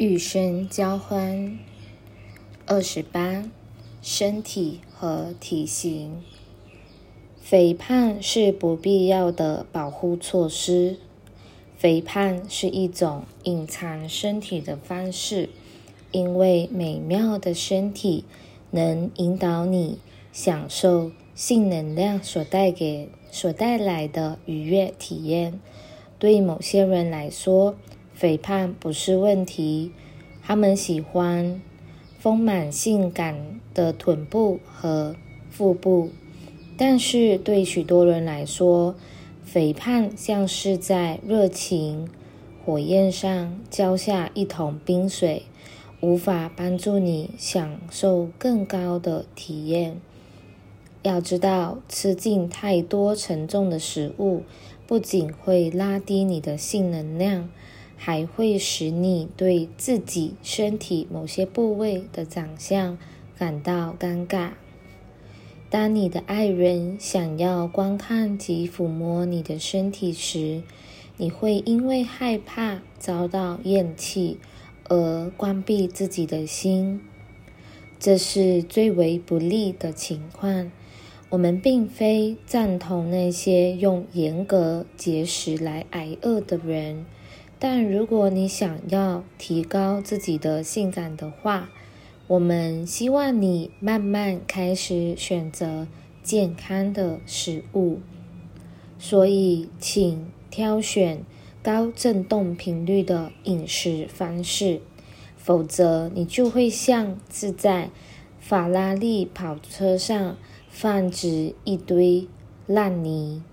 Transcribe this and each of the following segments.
与生交欢。28. 身体和体型。肥胖是不必要的保护措施。肥胖是一种隐藏身体的方式，因为美妙的身体能引导你享受性能量所带来的愉悦体验。对某些人来说，肥胖不是问题，他们喜欢丰满性感的臀部和腹部。但是对许多人来说，肥胖像是在热情火焰上浇下一桶冰水，无法帮助你享受更高的体验。要知道，吃进太多沉重的食物，不仅会拉低你的性能量，还会使你对自己身体某些部位的长相感到尴尬。当你的爱人想要观看及抚摸你的身体时，你会因为害怕遭到厌弃而关闭自己的心。这是最为不利的情况。我们并非赞同那些用严格节食来挨饿的人，但如果你想要提高自己的性感的话，我们希望你慢慢开始选择健康的食物。所以，请挑选高振动频率的饮食方式，否则你就会像是在法拉利跑车上放置一堆烂泥，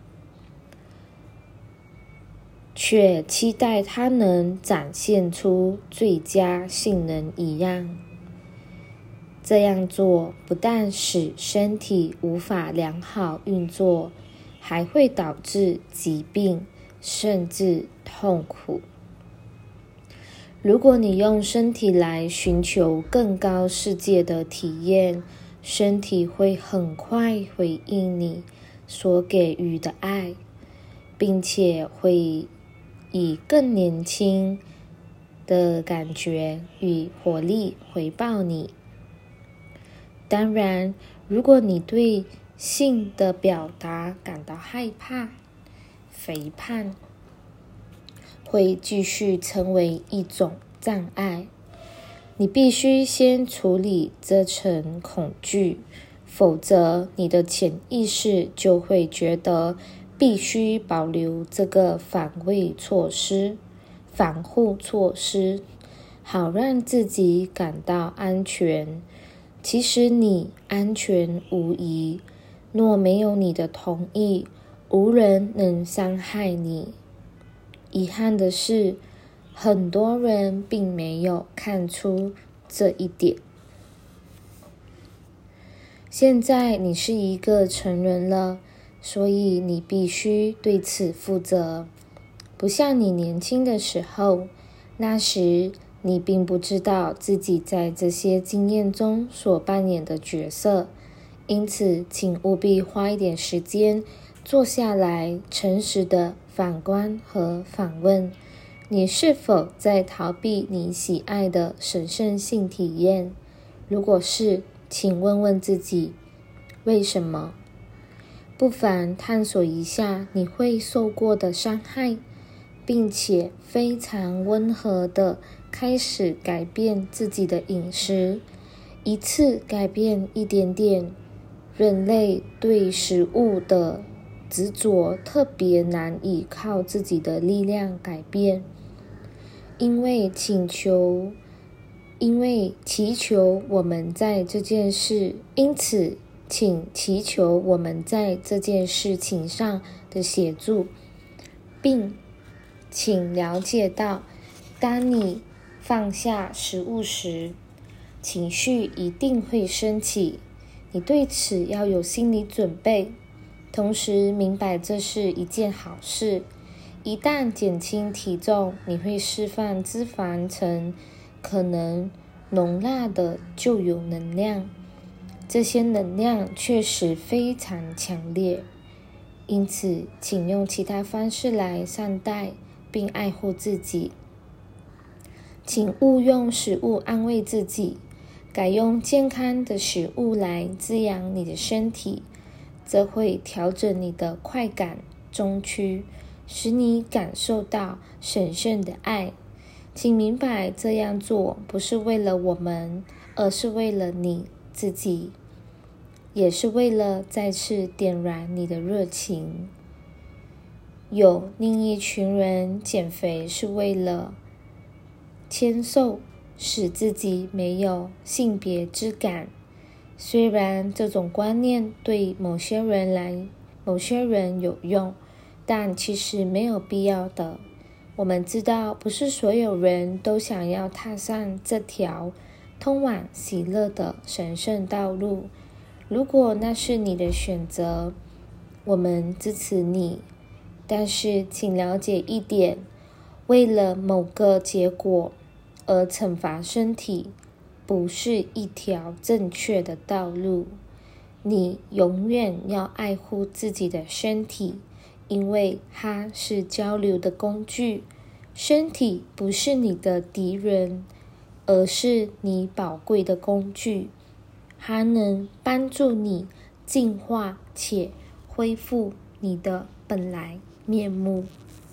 却期待它能展现出最佳性能一样。这样做不但使身体无法良好运作，还会导致疾病，甚至痛苦。如果你用身体来寻求更高世界的体验，身体会很快回应你所给予的爱，并且会以更年轻的感觉与活力回报你。当然，如果你对性的表达感到害怕，肥胖会继续成为一种障碍。你必须先处理这层恐惧，否则你的潜意识就会觉得必须保留这个防护措施，好让自己感到安全。其实你安全无疑，若没有你的同意，无人能伤害你。遗憾的是，很多人并没有看出这一点。现在你是一个成人了，所以你必须对此负责。不像你年轻的时候，那时你并不知道自己在这些经验中所扮演的角色。因此，请务必花一点时间坐下来，诚实的反观和反问，你是否在逃避你喜爱的神圣性体验？如果是，请问问自己，为什么？不妨探索一下你会受过的伤害，并且非常温和地开始改变自己的饮食，一次改变一点点。人类对食物的执着特别难以靠自己的力量改变，因为祈求我们在这件事，因此请祈求我们在这件事情上的协助，并请了解到，当你放下食物时，情绪一定会升起，你对此要有心理准备，同时明白这是一件好事。一旦减轻体重，你会释放脂肪层可能容纳的旧有能量，这些能量确实非常强烈，因此请用其他方式来善待并爱护自己。 请勿用食物安慰自己，改用健康的食物来滋养你的身体，则会调整你的快感中区，使你感受到神圣的爱。请明白，这样做不是为了我们，而是为了你自己，也是为了再次点燃你的热情。有另一群人减肥是为了纤瘦，使自己没有性别之感。虽然这种观念对某些人有用，但其实没有必要的。我们知道，不是所有人都想要踏上这条通往喜乐的神圣道路。如果那是你的选择，我们支持你。但是请了解一点，为了某个结果而惩罚身体，不是一条正确的道路。你永远要爱护自己的身体，因为它是交流的工具。身体不是你的敌人，而是你宝贵的工具。它能帮助你进化且恢复你的本来面目。